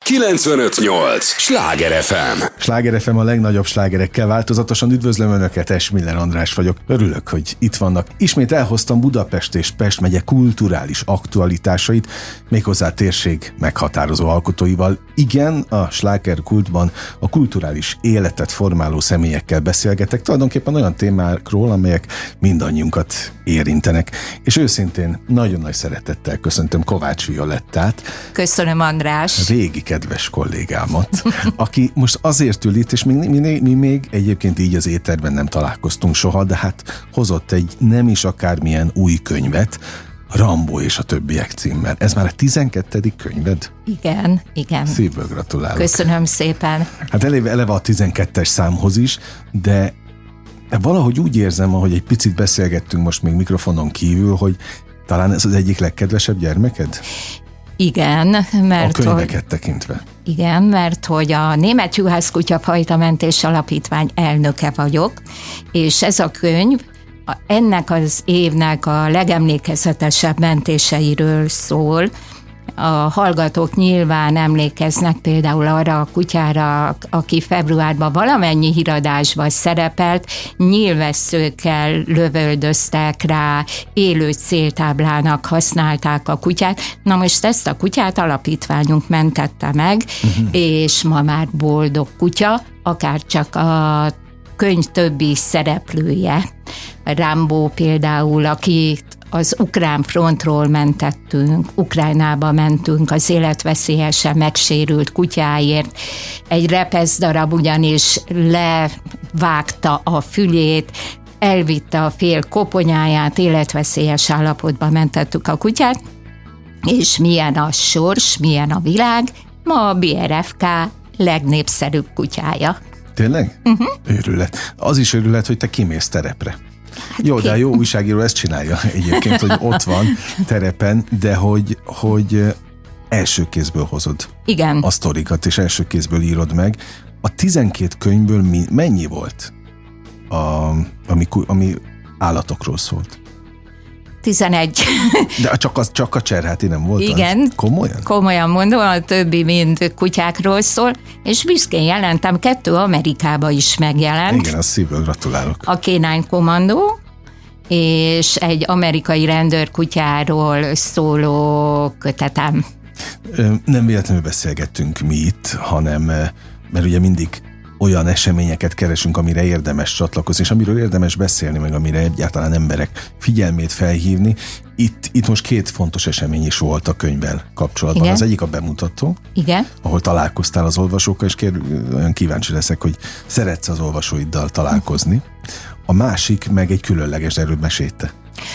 95.8 Sláger FM. Sláger FM a legnagyobb slágerekkel változatosan. Üdvözlöm Önöket, Esmiller András vagyok. Örülök, hogy itt vannak. Ismét elhoztam Budapest és Pest megye kulturális aktualitásait, méghozzá a térség meghatározó alkotóival. Igen, a slágerkultban a kulturális életet formáló személyekkel beszélgetek, tulajdonképpen olyan témákról, amelyek mindannyiunkat érintenek. És őszintén nagyon nagy szeretettel köszöntöm Kovács Violettát. Köszönöm, András. Régi kedves kollégámat, aki most azért ül itt, és mi még egyébként így az éterben nem találkoztunk soha, de hát hozott egy nem is akármilyen új könyvet, Rambó és a többiek címmel. Ez már a 12. könyved? Igen. Szívből gratulálok. Köszönöm szépen. Hát eleve a 12-es számhoz is, de valahogy úgy érzem, ahogy egy picit beszélgettünk most még mikrofonon kívül, hogy talán ez az egyik legkedvesebb gyermeked? Igen, mert a könyveket tekintve. Igen, mert hogy a Német Juhászkutya Fajtamentés Alapítvány elnöke vagyok, és ez a könyv ennek az évnek a legemlékezetesebb mentéseiről szól. A hallgatók nyilván emlékeznek például arra a kutyára, aki februárban valamennyi híradásban szerepelt, nyílvesszőkkel lövöldöztek rá, élő céltáblának használták a kutyát. Na most ezt a kutyát alapítványunk mentette meg, és ma már boldog kutya, akár csak a könyv többi szereplője. Rambó például, akit az ukrán frontról mentettünk, Ukrajnába mentünk az életveszélyesen megsérült kutyáért. Egy repeszdarab ugyanis levágta a fülét, elvitte a fél koponyáját, életveszélyes állapotba mentettük a kutyát, és milyen a sors, milyen a világ, ma a BRFK legnépszerűbb kutyája. Tényleg? Őrület. Az is őrület, hogy te kimész terepre. Jó, de a jó újságíró ezt csinálja egyébként, hogy ott van terepen, de hogy első kézből hozod a sztorikat, és első kézből írod meg. A 12 könyvből mennyi volt, ami állatokról szólt? 11. De csak a Cserháti nem volt? Igen. Az? Komolyan? Komolyan mondom, a többi mind kutyákról szól, és büszkén jelentem, 2 Amerikába is megjelent. Igen, azt szívből gratulálok. A Canine Commando, és egy amerikai rendőrkutyáról szóló kötetem. Nem véletlenül beszélgettünk mi itt, hanem mert ugye mindig olyan eseményeket keresünk, amire érdemes csatlakozni, és amiről érdemes beszélni, meg amire egyáltalán emberek figyelmét felhívni. Itt most 2 fontos esemény is volt a könyvvel kapcsolatban. Igen. Az egyik a bemutató, igen, ahol találkoztál az olvasókkal, és olyan kíváncsi leszek, hogy szeretsz az olvasóiddal találkozni. A másik meg egy különleges, erről mesélj te.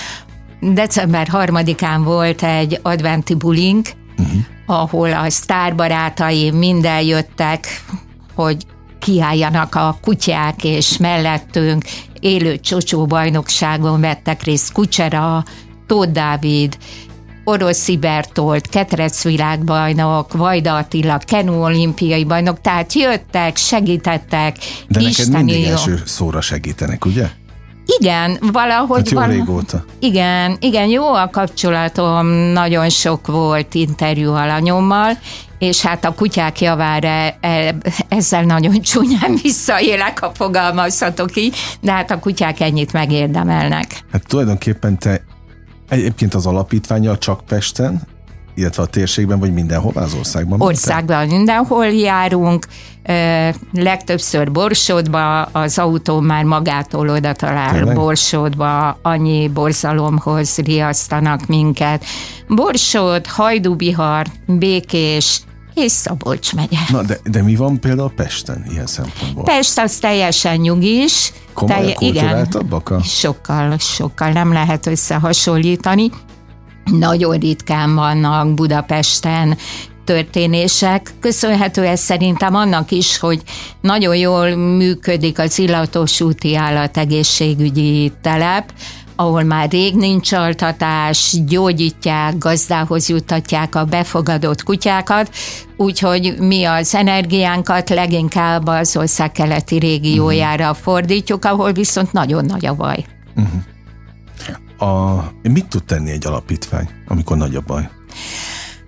December 3-án volt egy adventi bulink, ahol a sztárbarátaim mind eljöttek, hogy kiálljanak a kutyák, és mellettünk élő csocsó bajnokságon vettek részt Kucsera, Tóth Dávid, Oroszi Bertolt, ketrec világbajnok, Vajda Attila, kenu olimpiai bajnok, tehát jöttek, segítettek. De neked mindig első szóra segítenek, ugye? Igen, valahogy... Hát jó régóta. Igen, jó a kapcsolatom, nagyon sok volt interjú alanyommal, és hát a kutyák javára ezzel nagyon csúnyán visszaélek, ha fogalmazhatok így, de hát a kutyák ennyit megérdemelnek. Hát tulajdonképpen te egyébként az alapítvánnyal csak Pesten, illetve a térségben, vagy mindenhol az országban? Országban mindenhol járunk, legtöbbször Borsodba, az autó már magától oda talál. Tényleg? Borsodba, annyi borzalomhoz riasztanak minket. Borsod, Hajdúbihar, Békés és Szabolcs megye. Na, de mi van például Pesten ilyen szempontból? Pest az teljesen nyugis. Komolyan kulturáltabbak? Sokkal nem lehet összehasonlítani. Nagyon ritkán vannak Budapesten történések. Köszönhető ez szerintem annak is, hogy nagyon jól működik az Illatos úti állategészségügyi telep, ahol már rég nincs altatás, gyógyítják, gazdához juttatják a befogadott kutyákat, úgyhogy mi az energiánkat leginkább az ország keleti régiójára fordítjuk, ahol viszont nagyon nagy a baj. Mit tud tenni egy alapítvány, amikor nagy a baj?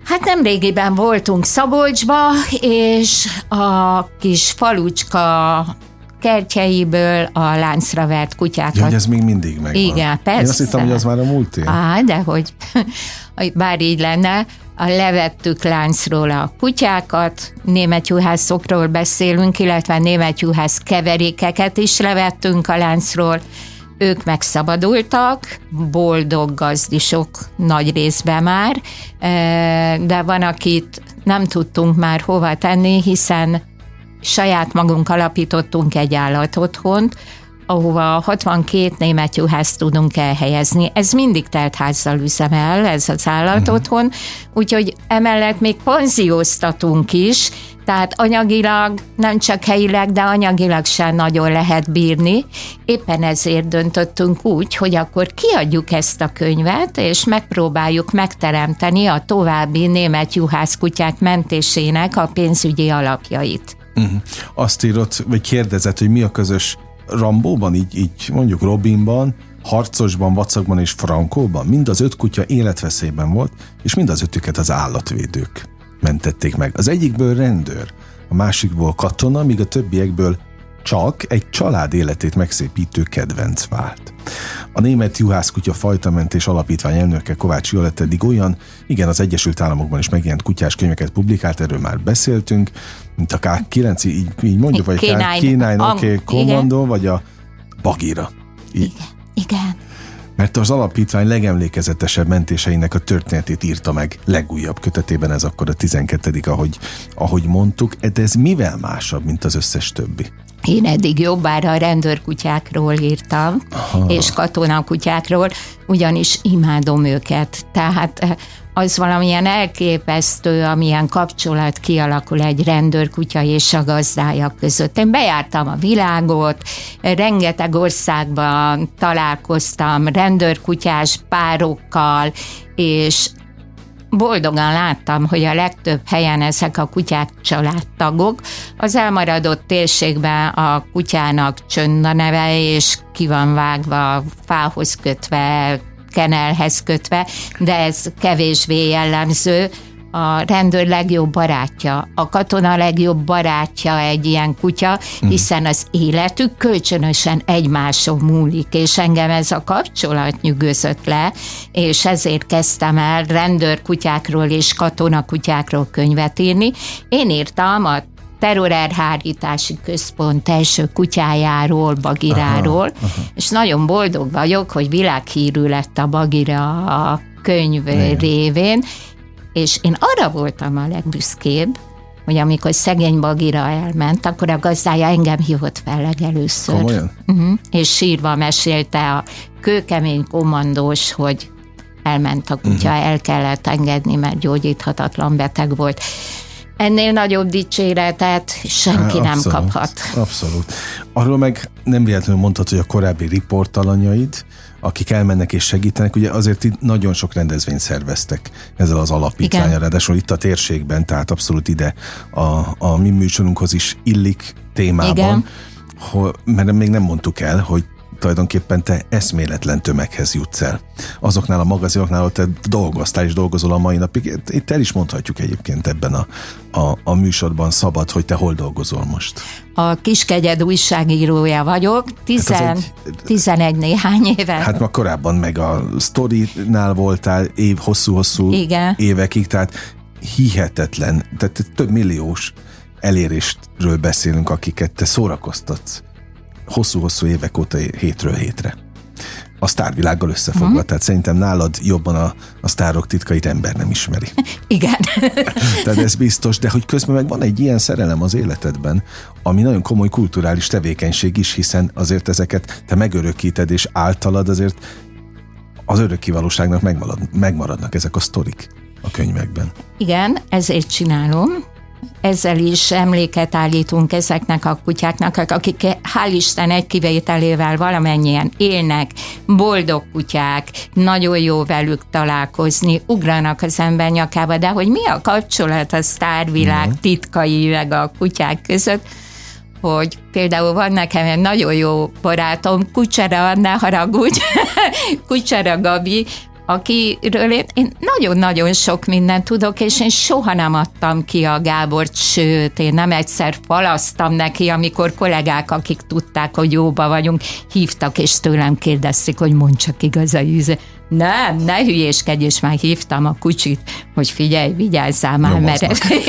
Hát nemrégiben voltunk Szabolcsba, és a kis falucska kertjeiből a láncra vert kutyákat. Ja, hogy ez még mindig megvan. Igen, persze. Én azt hittem, hogy az már a múlt év. Dehogy. Bár így lenne, levettük láncról a kutyákat, németjuhászokról beszélünk, illetve németjuhász keverékeket is levettünk a láncról. Ők megszabadultak, boldog gazdisok nagy részben már, de van, akit nem tudtunk már hova tenni, hiszen saját magunk alapítottunk egy állatotthont, ahova 62 német juhászt tudunk elhelyezni. Ez mindig teltházzal üzemel, ez az állatotthon, úgyhogy emellett még panzióztatunk is, tehát anyagilag, nem csak helyileg, de anyagilag sem nagyon lehet bírni. Éppen ezért döntöttünk úgy, hogy akkor kiadjuk ezt a könyvet, és megpróbáljuk megteremteni a további német juhászkutyák mentésének a pénzügyi alapjait. Azt írott, vagy kérdezett, hogy mi a közös Rambóban, így mondjuk Robinban, Harcosban, Vacakban és Frankóban. Mind az 5 kutya életveszélyben volt, és mind az 5-üket az állatvédők mentették meg. Az egyikből rendőr, a másikból katona, míg a többiekből csak egy család életét megszépítő kedvenc vált. A Német Juhászkutya Fajtamentés Alapítvány elnöke Kovács Violetta eddig olyan, igen, az Egyesült Államokban is megjelent kutyás könyveket publikált, erről már beszéltünk, mint a K9, így mondjuk, vagy K9 Commando, vagy a Bagheera. Igen. Mert az alapítvány legemlékezetesebb mentéseinek a történetét írta meg legújabb kötetében, ez akkor a 12., ahogy mondtuk, de ez mivel másabb, mint az összes többi? Én eddig jobbára a rendőrkutyákról írtam, és katonakutyákról, ugyanis imádom őket. Tehát az valamilyen elképesztő, amilyen kapcsolat kialakul egy rendőrkutya és a gazdája között. Én bejártam a világot, rengeteg országban találkoztam rendőrkutyás párokkal, és boldogan láttam, hogy a legtöbb helyen ezek a kutyák családtagok. Az elmaradott térségben a kutyának Csönd a neve, és ki van vágva, fához kötve, kenelhez kötve, de ez kevésbé jellemző. A rendőr legjobb barátja, a katona legjobb barátja egy ilyen kutya, hiszen az életük kölcsönösen egymáson múlik, és engem ez a kapcsolat nyűgözött le, és ezért kezdtem el rendőrkutyákról és katonakutyákról könyvet írni. Én írtam a Terrorelhárítási Központ első kutyájáról, Bagheeráról, és nagyon boldog vagyok, hogy világhírű lett a Bagheera a könyv révén, és én arra voltam a legbüszkébb, hogy amikor szegény Bagheera elment, akkor a gazdája engem hívott fel legelőször. Komolyan? És sírva mesélte a kőkemény kommandós, hogy elment a kutya, el kellett engedni, mert gyógyíthatatlan beteg volt. Ennél nagyobb dicséretet senki nem kaphat. Abszolút. Arról meg nem véletlenül mondtad, hogy a korábbi riportalanyaid, akik elmennek és segítenek, ugye azért itt nagyon sok rendezvényt szerveztek ezzel az alapítvánnyal, ráadásul itt a térségben, tehát abszolút ide a mi műsorunkhoz is illik témában, mert még nem mondtuk el, hogy tulajdonképpen te eszméletlen tömeghez jutsz el. Azoknál a magazinoknál, ahol te dolgoztál és dolgozol a mai napig, itt el is mondhatjuk egyébként ebben a műsorban szabad, hogy te hol dolgozol most. A Kiskegyed újságírója vagyok, 11 néhány éve. Hát ma korábban meg a Story-nál voltál hosszú-hosszú évekig, tehát hihetetlen, tehát több milliós elérésről beszélünk, akiket te szórakoztatsz hosszú-hosszú évek óta hétről hétre. A sztárvilággal összefogva, tehát szerintem nálad jobban a sztárok titkait ember nem ismeri. Igen. Tehát ez biztos, de hogy közben meg van egy ilyen szerelem az életedben, ami nagyon komoly kulturális tevékenység is, hiszen azért ezeket te megörökíted, és általad azért az örökkivalóságnak megmaradnak ezek a sztorik a könyvekben. Igen, ezért csinálom. Ezzel is emléket állítunk ezeknek a kutyáknak, akik hál' Isten egy kivételével valamennyien élnek, boldog kutyák, nagyon jó velük találkozni, ugranak az ember nyakába, de hogy mi a kapcsolat a sztárvilág titkai meg a kutyák között, hogy például van nekem egy nagyon jó barátom, Kucsera, ne haragudj, Kucsera Gabi, akiről én nagyon-nagyon sok mindent tudok, és én soha nem adtam ki a Gábort, sőt, én nem egyszer falasztam neki, amikor kollégák, akik tudták, hogy jóba vagyunk, hívtak, és tőlem kérdezték, hogy mondd csak igazai üze. Nem, ne hülyéskedj, és már hívtam a kucsit, hogy figyelj, vigyázzál már, mert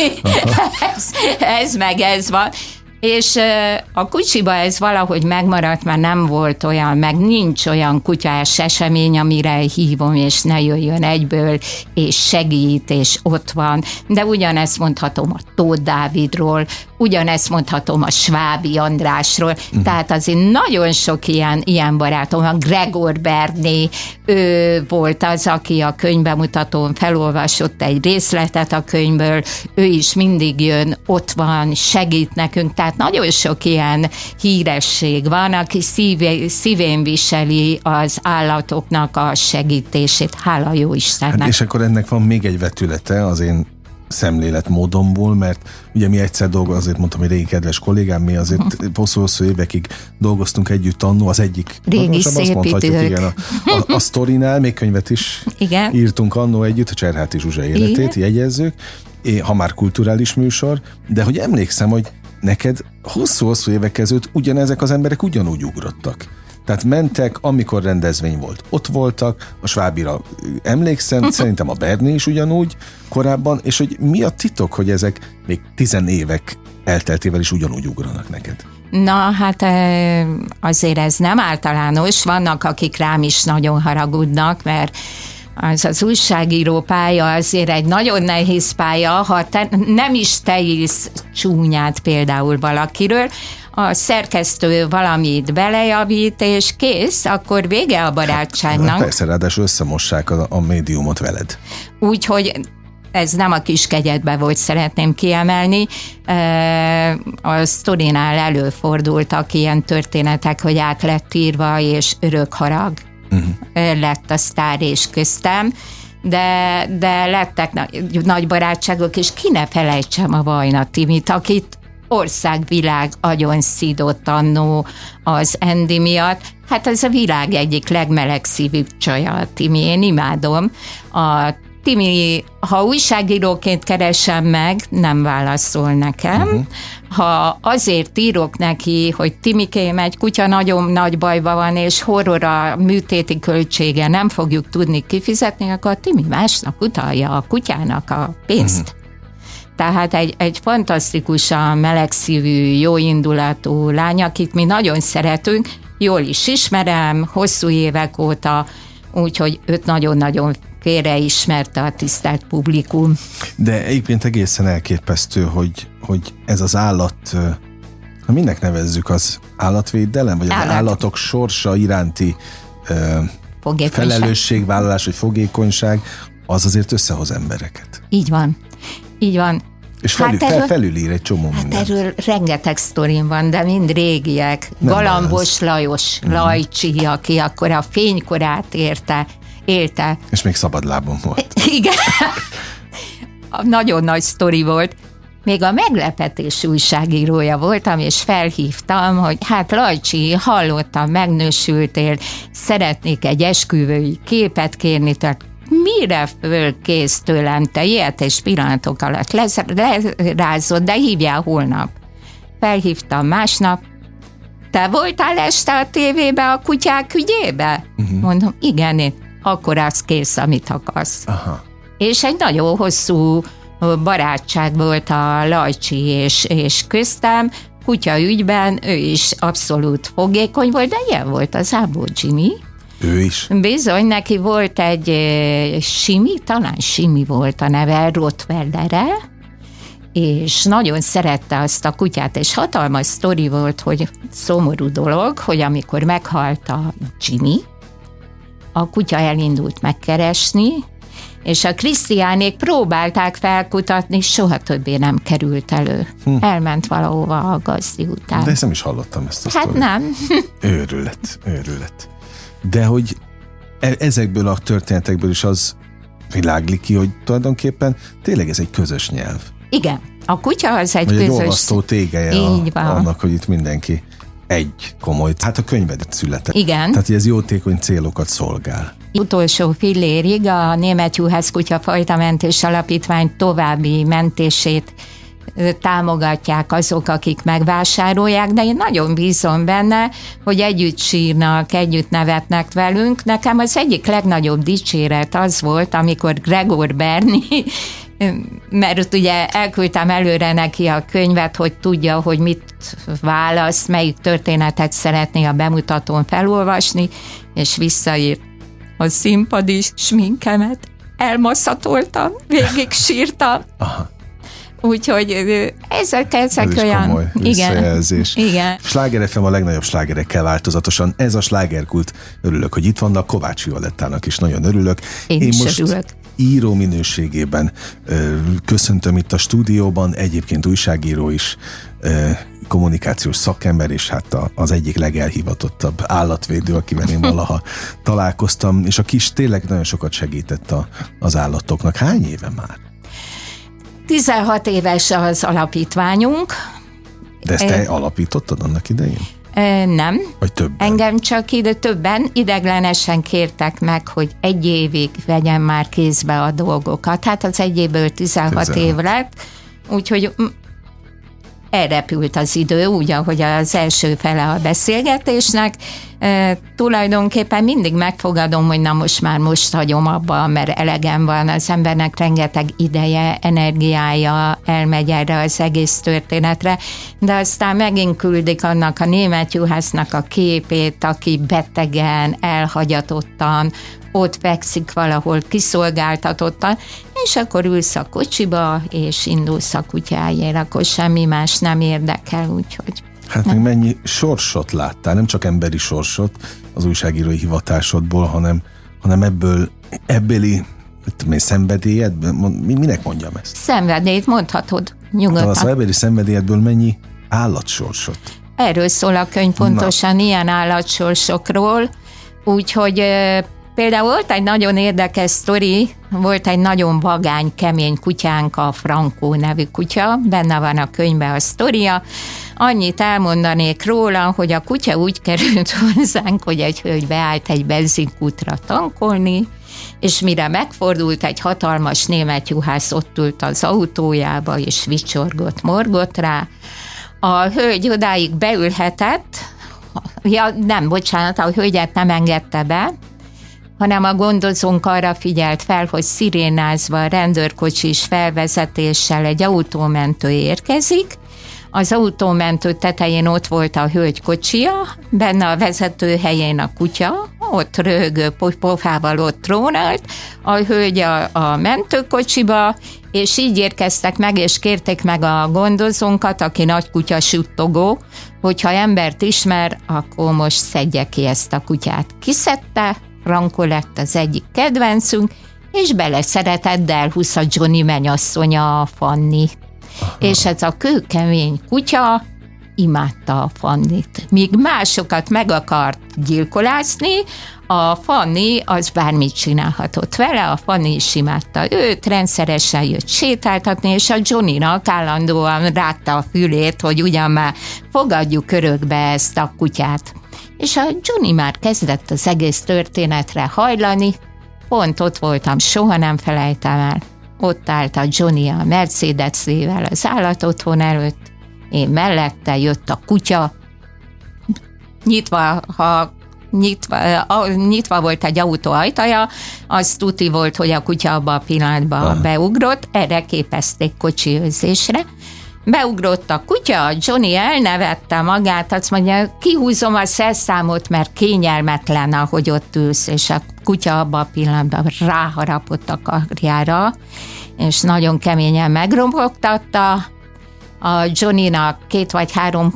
ez meg ez van. És a kocsiba ez valahogy megmaradt, már nem volt olyan, meg nincs olyan kutyás esemény, amire hívom, és ne jöjjön egyből, és segít, és ott van. De ugyanezt mondhatom a Tóth Dávidról, ugyanezt mondhatom a Svábi Andrásról, tehát azért nagyon sok ilyen barátom, a Gregor Berné, ő volt az, aki a könyvbemutatón felolvasott egy részletet a könyvből, ő is mindig jön, ott van, segít nekünk, tehát nagyon sok ilyen híresség van, aki szívén viseli az állatoknak a segítését, hála jó Istennek. Hát és akkor ennek van még egy vetülete az én szemléletmódomból, mert ugye mi egyszer azért mondtam, hogy régi kedves kollégám, mi azért hosszú évekig dolgoztunk együtt annó, az egyik régi szép mondhatjuk, igen, a sztorinál, még könyvet is írtunk annó együtt, a Cserháti Zsuzsa életét, jegyezzük, ha már kulturális műsor, de hogy emlékszem, hogy neked hosszú-hosszú évek ezelőtt ugyanezek az emberek ugyanúgy ugrottak. Tehát mentek, amikor rendezvény volt. Ott voltak, a Svábira emlékszem, szerintem a Berné is ugyanúgy korábban, és hogy mi a titok, hogy ezek még 10 évek elteltével is ugyanúgy ugranak neked? Na, hát azért ez nem általános, vannak, akik rám is nagyon haragudnak, mert az újságíró pálya azért egy nagyon nehéz pálya, ha nem is te írsz csúnyát például valakiről, a szerkesztő valamit belejavít, és kész, akkor vége a barátságnak. Hát, persze, ráadásul összemossák a médiumot veled. Úgyhogy ez nem a kis kegyetbe volt, szeretném kiemelni. A sztorinál előfordultak ilyen történetek, hogy át lett írva, és örök harag lett a sztár és köztem, de lettek nagy barátságok, és ki ne felejtsem a Vajna Timit, akit országvilág agyon szídott annó az Andy miatt. Hát ez a világ egyik legmelegszívűbb csaja, a Timi, én imádom. A Timi, ha újságíróként keresem meg, nem válaszol nekem. Ha azért írok neki, hogy Timikém, egy kutya nagyon nagy bajban van, és horror a műtéti költsége, nem fogjuk tudni kifizetni, akkor Timi másnak utalja a kutyának a pénzt. Tehát egy fantasztikusan melegszívű, jóindulatú lány, akit mi nagyon szeretünk, jól is ismerem, hosszú évek óta, úgyhogy őt nagyon-nagyon félreismerte a tisztelt publikum. De egyébként egészen elképesztő, hogy ez az állat, minek nevezzük, az állatvédelem, vagy az állatok sorsa iránti felelősségvállalás, vagy fogékonyság, az azért összehoz embereket. Így van. Így van. És felülír egy csomó mindent. Hát erről rengeteg sztorim van, de mind régiek. Nem Galambos Lajos, Lajcsi, aki akkor a fénykorát élte. És még szabadlábon volt. Igen. Nagyon nagy sztori volt. Még a Meglepetés újságírója voltam, és felhívtam, hogy hát Lajcsi, hallottam, megnősültél, szeretnék egy esküvői képet kérni, tehát mire fölkész tőlem, te ilyet és pillanatok alatt lerázod, de hívjál holnap. Felhívtam másnap, te voltál este a tévébe a kutyák ügyébe? Mondom, igen, akkor az kész, amit akarsz. Aha. És egy nagyon hosszú barátság volt a Lajcsi és köztem, kutya ügyben, ő is abszolút fogékony volt, de ilyen volt az Ábó Jimmy. Ő is? Bizony, neki volt egy Simi, talán Simi volt a neve, Rottweilere, és nagyon szerette azt a kutyát, és hatalmas sztori volt, hogy szomorú dolog, hogy amikor meghalt a Jimmy, a kutya elindult megkeresni, és a Krisztiánék próbálták felkutatni, soha többé nem került elő. Elment valahova a gazdi után. De ezt nem is hallottam, ezt a sztorit. Hát nem. Őrület. De hogy ezekből a történetekből is az világlik ki, hogy tulajdonképpen tényleg ez egy közös nyelv. Igen, a kutya az egy vagy közös... egy olvasztó tégeje annak, hogy itt mindenki egy komoly, hát a könyvedet született. Igen. Tehát, hogy ez jótékony célokat szolgál. Utolsó fillérig a Német Juhász Kutyafajta Mentés Alapítvány további mentését támogatják azok, akik megvásárolják, de én nagyon bízom benne, hogy együtt sírnak, együtt nevetnek velünk. Nekem az egyik legnagyobb dicséret az volt, amikor Gregor Berni, mert ugye elküldtem előre neki a könyvet, hogy tudja, hogy mit választ, melyik történetet szeretné a bemutatón felolvasni, és visszaírt: a színpadi sminkemet elmaszatoltam, végig sírtam. Aha. Úgyhogy ezek ez olyan... komoly visszajelzés. Igen. Sláger FM a legnagyobb slágerekkel változatosan. Ez a slágerkult. Örülök, hogy itt vannak. Kovács Violettának is nagyon örülök. Én most örülök. Író minőségében köszöntöm itt a stúdióban, egyébként újságíró is, kommunikációs szakember, és hát az egyik legelhivatottabb állatvédő, akivel én valaha találkoztam, és a kis tényleg nagyon sokat segített az állatoknak. Hány éve már? 16 éves az alapítványunk. De ezt te alapítottad annak idején? Nem. Vagy többen? Engem csak többen ideglenesen kértek meg, hogy egy évig vegyem már kézbe a dolgokat. Hát az egy évből 16 év lett, úgyhogy elrepült az idő, úgy, ahogy az első fele a beszélgetésnek. Tulajdonképpen mindig megfogadom, hogy na most hagyom abba, mert elegem van, az embernek rengeteg ideje, energiája elmegy erre az egész történetre, de aztán megint küldik annak a Német Juhásznak a képét, aki betegen, elhagyatottan, ott fekszik valahol kiszolgáltatottan, és akkor ülsz a kocsiba, és indulsz a kutyáért, akkor semmi más nem érdekel, úgyhogy... Hát még mennyi sorsot láttál, nem csak emberi sorsot az újságírói hivatásodból, hanem ebbéli szenvedélyed, minek mondjam ezt? Szenvedélyt mondhatod, nyugodtan. Az ebbéli szenvedélyedből mennyi állatsorsot? Erről szól a könyv pontosan, ilyen állatsorsokról, úgyhogy például volt egy nagyon érdekes sztori, volt egy nagyon vagány, kemény kutyánk, a Frankó nevű kutya, benne van a könyvben a sztoria. Annyit elmondanék róla, hogy a kutya úgy került hozzánk, hogy egy hölgy beállt egy benzinkútra tankolni, és mire megfordult, egy hatalmas német juhász ott ült az autójába, és vicsorgott, morgott rá. A hölgy odáig beülhetett, a hölgyet nem engedte be, hanem a gondozónk arra figyelt fel, hogy szirénázva, rendőrkocsis felvezetéssel egy autómentő érkezik. Az autómentő tetején ott volt a hölgy kocsia, benne a vezető helyén a kutya, ott röhögő pofával ott trónált, a hölgy a mentőkocsiba, és így érkeztek meg, és kérték meg a gondozónkat, aki nagy kutya suttogó, hogyha embert ismer, akkor most szedje ki ezt a kutyát. Kiszedte, Franko lett az egyik kedvencünk, és beleszeretett, de elhúzta Johnny mennyasszonya, a Fanni. Aha. És ez a kőkemény kutya imádta a Fannit. Míg másokat meg akart gyilkolászni, a Fanni az bármit csinálhatott vele, a Fanni is imádta őt, rendszeresen jött sétáltatni, és a Johnnynak állandóan rágta a fülét, hogy ugyan már fogadjuk örökbe ezt a kutyát. És a Johnny már kezdett az egész történetre hajlani, pont ott voltam, soha nem felejtem el. Ott állt a Johnny a Mercedes-ével az állatotthon előtt, én mellette, jött a kutya, nyitva volt egy autó ajtaja, az tuti volt, hogy a kutya abban a pillanatban beugrott, erre képezték kocsiőrzésre. Beugrott a kutya, Johnny elnevette magát, azt mondja, kihúzom a szerszámot, mert kényelmetlen, ahogy ott ülsz, és a kutya abban a pillanatban ráharapott a karjára, és nagyon keményen megrobogtatta. A Johnny 2-3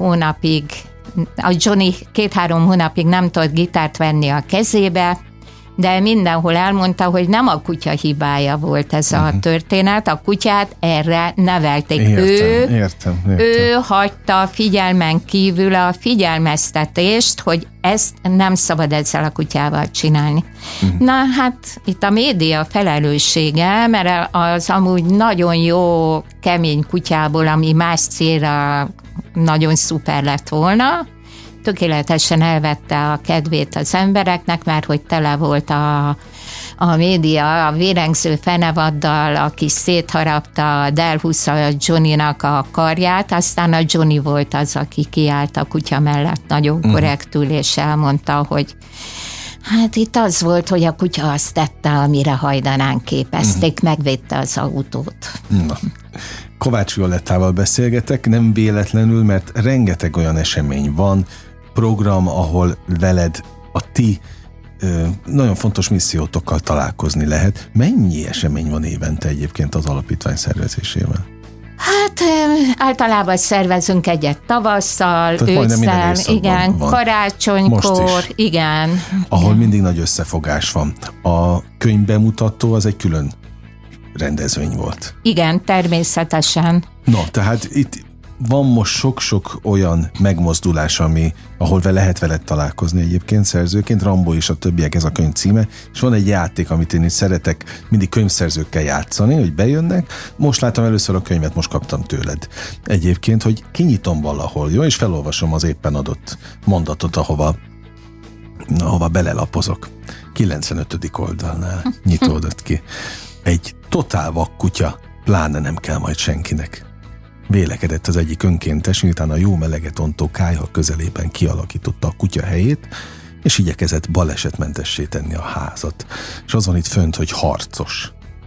hónapig nem tudott gitárt venni a kezébe, de mindenhol elmondta, hogy nem a kutya hibája volt ez a történet, a kutyát erre nevelték. Értem. Ő hagyta figyelmen kívül a figyelmeztetést, hogy ezt nem szabad ezzel a kutyával csinálni. Na hát itt a média felelőssége, mert az amúgy nagyon jó, kemény kutyából, ami más célra nagyon szuper lett volna, tökéletesen elvette a kedvét az embereknek, mert hogy tele volt a média a vérengző fenevaddal, aki szétharapta Delhusa Johnnynak a karját, aztán a Johnny volt az, aki kiállt a kutya mellett nagyon korrektül, és elmondta, hogy hát itt az volt, hogy a kutya azt tette, amire hajdanán képezték, megvédte az autót. Na. Kovács Violettával beszélgetek, nem véletlenül, mert rengeteg olyan esemény van, program, ahol veled a ti nagyon fontos missziótokkal találkozni lehet. Mennyi esemény van évente egyébként az alapítvány szervezésével? Hát általában szervezünk egyet tavasszal, ősszel, igen, van. Karácsonykor, igen. Ahol igen. mindig nagy összefogás van. A könyvbemutató az egy külön rendezvény volt. Igen, természetesen. No, tehát itt van most sok-sok olyan megmozdulás, ahol lehet veled találkozni egyébként szerzőként, Rambó és a többiek, ez a könyv címe, és van egy játék, amit én is szeretek mindig könyvszerzőkkel játszani, hogy bejönnek. Most láttam először a könyvet, most kaptam tőled egyébként, hogy kinyitom valahol, jó, és felolvasom az éppen adott mondatot, ahova belelapozok. 95. oldalnál nyitódott ki. Egy totál vakkutya, pláne nem kell majd senkinek. Vélekedett az egyik önkéntes, miután a jó meleget ontó kályha közelében kialakította a kutya helyét, és igyekezett balesetmentessé tenni a házat. És az van itt fönt, hogy harcos.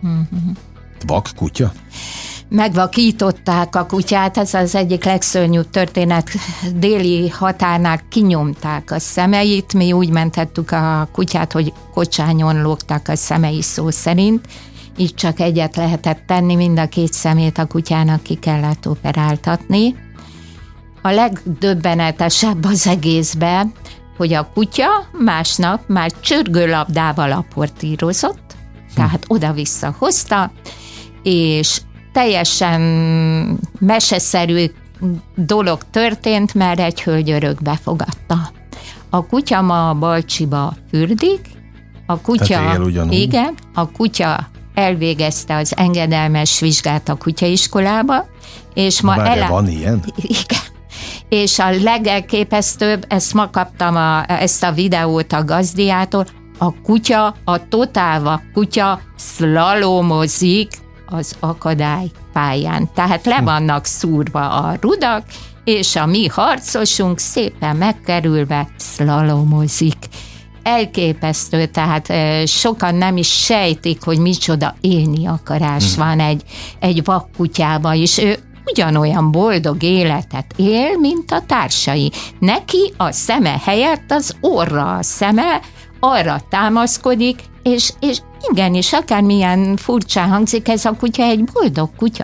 Vak kutya? Megvakították a kutyát, ez az egyik legszörnyűbb történet. Déli határnál kinyomták a szemeit, mi úgy mentettük a kutyát, hogy kocsányon lógtak a szemei szó szerint, így csak egyet lehetett tenni, mind a két szemét a kutyának ki kellett operáltatni. A legdöbbenetesebb az egészben, hogy a kutya másnap már csörgőlabdával aportírozott, tehát oda-vissza hozta, és teljesen meseszerű dolog történt, mert egy hölgy örökbe fogadta. A kutya ma a Balcsiba fürdik, a kutya, igen, a kutya elvégezte az engedelmes vizsgát a kutyaiskolába, és ma van ilyen? Igen. És a legelképesztőbb, ezt ma kaptam ezt a videót a gazdiától, a kutya, a totálva kutya szlalomozik az akadálypályán. Tehát le vannak szúrva a rudak, és a mi harcosunk szépen megkerülve szlalomozik. Elképesztő, tehát sokan nem is sejtik, hogy micsoda élni akarás van egy vakkutyában, és ő ugyanolyan boldog életet él, mint a társai. Neki a szeme helyett az orra a szeme, arra támaszkodik, és igenis, akármilyen furcsán hangzik, ez a kutya egy boldog kutya.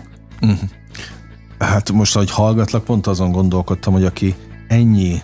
Hát most, ahogy hallgatlak, pont azon gondolkodtam, hogy aki ennyi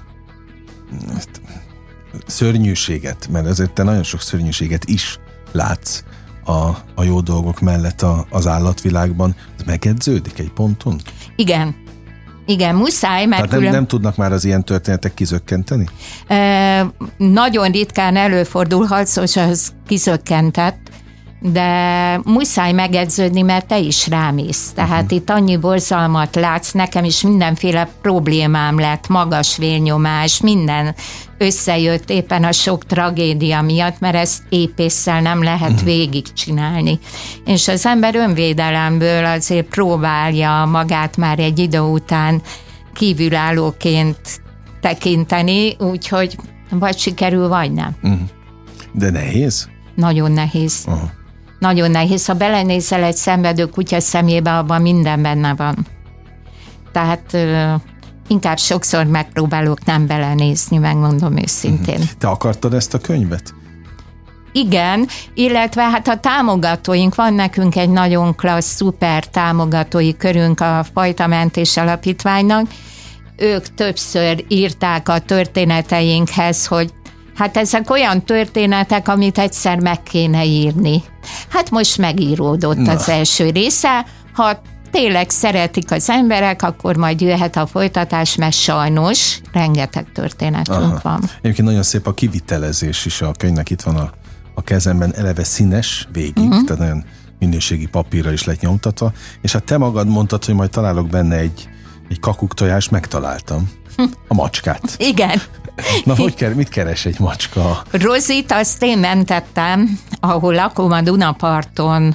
szörnyűséget, mert ezért te nagyon sok szörnyűséget is látsz a jó dolgok mellett az állatvilágban, ez megedződik egy ponton? Igen, muszáj, mert tehát nem tudnak már az ilyen történetek kizökkenteni? Nagyon ritkán előfordul harcos az kizökkentett, de muszáj megedződni, mert te is rámész. Tehát itt annyi borzalmat látsz, nekem is mindenféle problémám lett, magas vérnyomás, minden összejött éppen a sok tragédia miatt, mert ezt épésszel nem lehet végigcsinálni. És az ember önvédelemből azért próbálja magát már egy idő után kívülállóként tekinteni, úgyhogy vagy sikerül, vagy nem. De nehéz? Nagyon nehéz. Nagyon nehéz. Ha belenézel egy szenvedő kutya szemébe, abban minden benne van. Tehát inkább sokszor megpróbálok nem belenézni, megmondom őszintén. Te akartad ezt a könyvet? Igen, illetve hát a támogatóink, van nekünk egy nagyon klassz, szuper támogatói körünk a Fajtamentés Alapítványnak. Ők többször írták a történeteinkhez, hogy hát ezek olyan történetek, amit egyszer meg kéne írni. Hát most megíródott az első része. Ha tényleg szeretik az emberek, akkor majd jöhet a folytatás, mert sajnos rengeteg történetünk van. Egyébként nagyon szép a kivitelezés is a könyvnek, itt van a kezemben, eleve színes végig, tehát nagyon minőségi papírra is lett nyomtatva, és hát te magad mondtad, hogy majd találok benne egy kakuktojás megtaláltam. A macskát. Igen. Na, mit keres egy macska? Rozit azt én mentettem, ahol lakom a Dunaparton,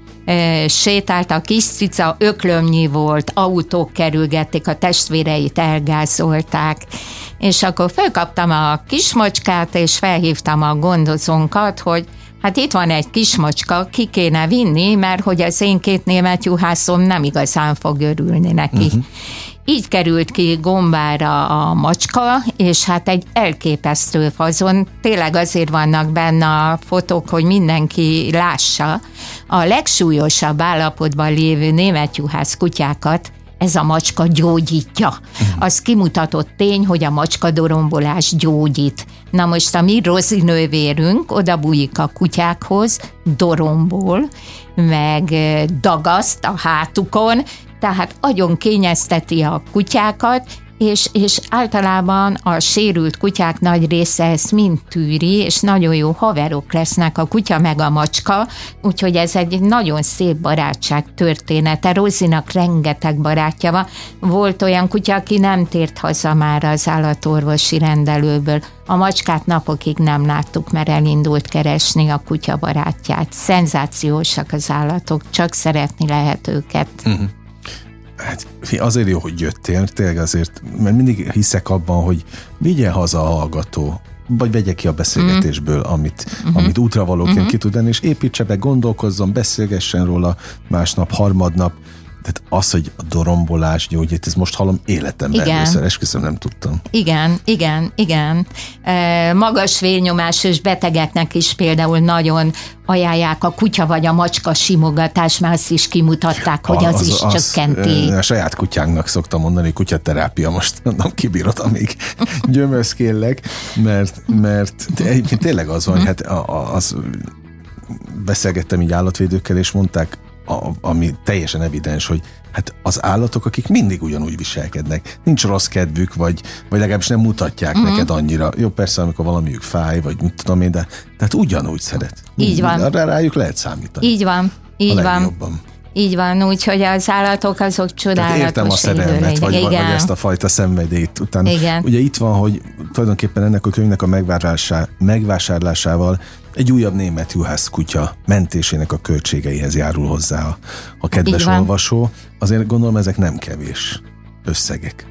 sétált a kis cica, öklömnyi volt, autók kerülgették, a testvéreit elgázolták, és akkor felkaptam a kismacskát, és felhívtam a gondozónkat, hogy hát itt van egy kismacska, ki kéne vinni, mert hogy az én 2 német juhászom nem igazán fog örülni neki. Így került ki Gombára a macska, és hát egy elképesztő fazon, tényleg azért vannak benne a fotók, hogy mindenki lássa. A legsúlyosabb állapotban lévő német juhász kutyákat ez a macska gyógyítja. Az kimutatott tény, hogy a macskadorombolás gyógyít. Na most a mi Rozi nővérünk oda bújik a kutyákhoz, dorombol, meg dagaszt a hátukon, tehát agyon kényezteti a kutyákat, és általában a sérült kutyák nagy része ezt mind tűri, és nagyon jó haverok lesznek a kutya meg a macska, úgyhogy ez egy nagyon szép barátság története. Rozinak rengeteg barátja van. Volt olyan kutya, aki nem tért haza már az állatorvosi rendelőből. A macskát napokig nem láttuk, mert elindult keresni a kutya barátját. Szenzációsak az állatok, csak szeretni lehet őket. Hát azért jó, hogy jöttél, tényleg azért, mert mindig hiszek abban, hogy vigyen haza a hallgató, vagy vegye ki a beszélgetésből, amit útravalóként ki tud lenni, és építse be, gondolkozzon, beszélgessen róla másnap, harmadnap. Tehát az, hogy a dorombolás gyógyít, ez most hallom életemben először, esküszöm, nem tudtam. Igen. Magas vérnyomásos betegeknek is például nagyon ajánlják a kutya vagy a macska simogatás, mert azt is kimutatták, hogy az is csökkenti. A saját kutyánknak szoktam mondani, kutyaterápia, most nem kibírod, amíg gyömözkélek, mert tényleg az van, hát beszélgettem így állatvédőkkel, és mondták, ami teljesen evidens, hogy hát az állatok, akik mindig ugyanúgy viselkednek, nincs rossz kedvük, vagy legalábbis nem mutatják neked annyira. Jó, persze, amikor valamiük fáj, vagy mit tudom én, de tehát ugyanúgy szeret. Így van. Rájuk lehet számítani. Így van. Így van, úgyhogy az állatok azok csodálatos. Tehát értem a szerelmet, vagy ezt a fajta szenvedélyt utána. Igen. Ugye itt van, hogy tulajdonképpen ennek a könyvnek a megvásárlásával egy újabb német juhász kutya mentésének a költségeihez járul hozzá a kedves olvasó. Azért gondolom, ezek nem kevés összegek.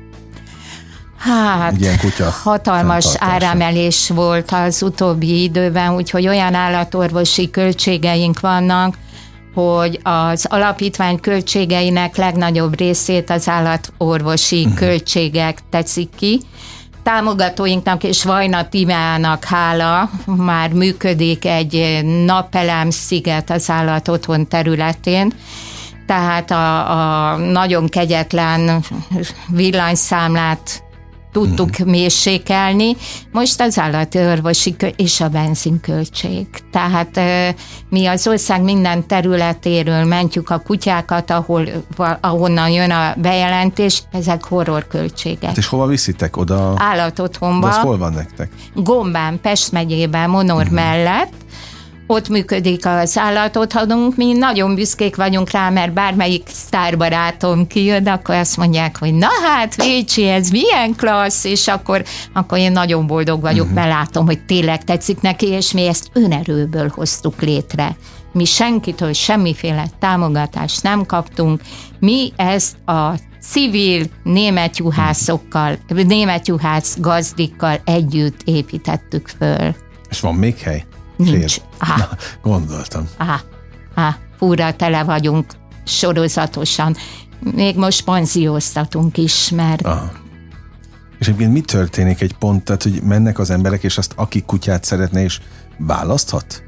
Hát, hatalmas áremelés volt az utóbbi időben, úgyhogy olyan állatorvosi költségeink vannak, hogy az alapítvány költségeinek legnagyobb részét az állatorvosi költségek teszik ki. Támogatóinknak és Vajna Timának hála, már működik egy napelem-sziget az állatotthon területén, tehát a nagyon kegyetlen villanyszámlát tudtuk mérsékelni. Most az állatorvosi és a benzinköltség. Tehát mi az ország minden területéről mentjük a kutyákat, ahonnan jön a bejelentés, ezek horrorköltségek. Hát és hova viszitek oda? Állatotthonba. De az hol van nektek? Gombán, Pest megyében, Monor mellett. Ott működik az állatotthonunk, mi nagyon büszkék vagyunk rá, mert bármelyik sztárbarátom kijön, akkor azt mondják, hogy na hát, Vécsi, ez milyen klassz, és akkor én nagyon boldog vagyok, mert látom, hogy tényleg tetszik neki, és mi ezt önerőből hoztuk létre. Mi senkitől semmiféle támogatást nem kaptunk, mi ezt a civil német juhászokkal, német juhász gazdikkal együtt építettük föl. És van még hely? Nincs. Na, gondoltam. Fúra tele vagyunk sorozatosan. Még most panzióztatunk is, mert... És egyébként mi történik egy pont, tehát, hogy mennek az emberek, és azt, aki kutyát szeretne, és választhat?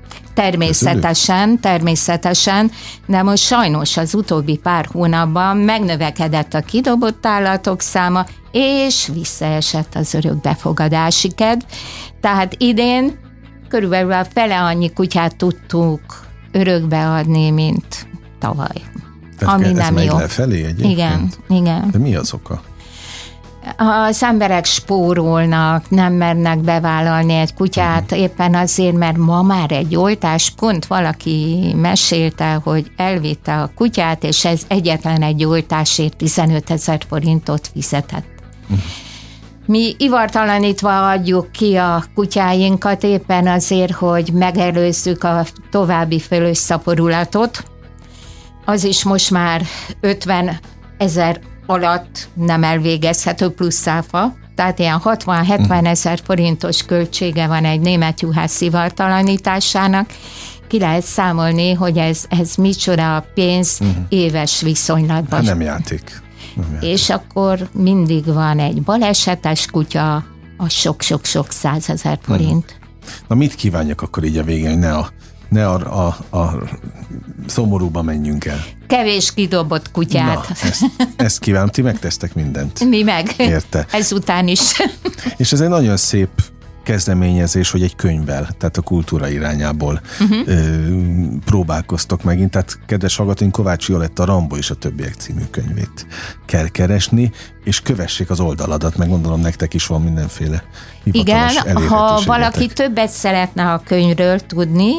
Természetesen, de most sajnos az utóbbi pár hónapban megnövekedett a kidobott állatok száma, és visszaesett az örökbefogadási kedv. Tehát idén körülbelül a fele annyi kutyát tudtuk örökbe adni, mint tavaly. Tehát ami ez nem jó. Lefelé egyébként? Igen. De mi az oka? Az emberek spórolnak, nem mernek bevállalni egy kutyát, éppen azért, mert ma már egy oltás, pont valaki mesélte, hogy elvitte a kutyát, és ez egyetlen egy oltásért 15 000 forintot fizetett. Mi ivartalanítva adjuk ki a kutyáinkat éppen azért, hogy megelőzzük a további fölösszaporulatot. Az is most már 50 000 alatt nem elvégezhető plusz áfa, tehát ilyen 60-70 000 forintos költsége van egy német juhász ivartalanításának. Ki lehet számolni, hogy ez micsoda a pénz éves viszonylatban. Hát nem játék. És akkor mindig van egy balesetes kutya, a sok-sok-sok 100 000 forint. Na mit kívánjak akkor így a végén, hogy ne a szomorúba menjünk el? Kevés kidobott kutyát. Na, ezt kívánom, ti megtesztek mindent. Mi meg. Érte. Ezután is. És ez egy nagyon szép kezdeményezés, hogy egy könyvvel, tehát a kultúra irányából próbálkoztok megint. Tehát kedves hallgatóink, Kovács Violetta Rambo és a többiek című könyvét kell keresni, és kövessék az oldaladat, meg gondolom nektek is van mindenféle hivatalos elérhetőségetek. Igen, ha valaki többet szeretne a könyvről tudni,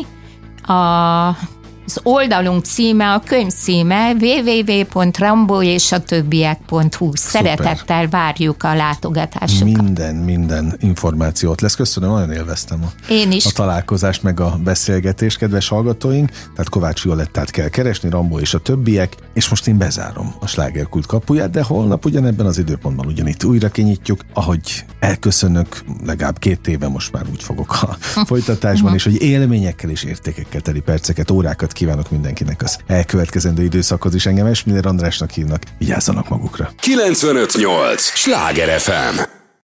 az oldalunk címe, a könyv címe www.ramboesatöbbiek.hu. Szeretettel várjuk a látogatásokat. Minden információt lesz. Köszönöm, nagyon élveztem a találkozást, meg a beszélgetést, kedves hallgatóink. Tehát Kovács Violettát kell keresni, Rambo és a többiek, és most én bezárom a Slágerkult kapuját, de holnap ugyanebben az időpontban ugyanitt újra kinyitjuk, ahogy elköszönök, legalább 2 éve most már úgy fogok a folytatásban, és hogy élményekkel és értékekkel teli perceket, órákat kívánok mindenkinek az elkövetkezendő időszakhoz is. Engem Esmiller Andrásnak hívnak, vigyázzanak magukra. 95.8 Sláger FM.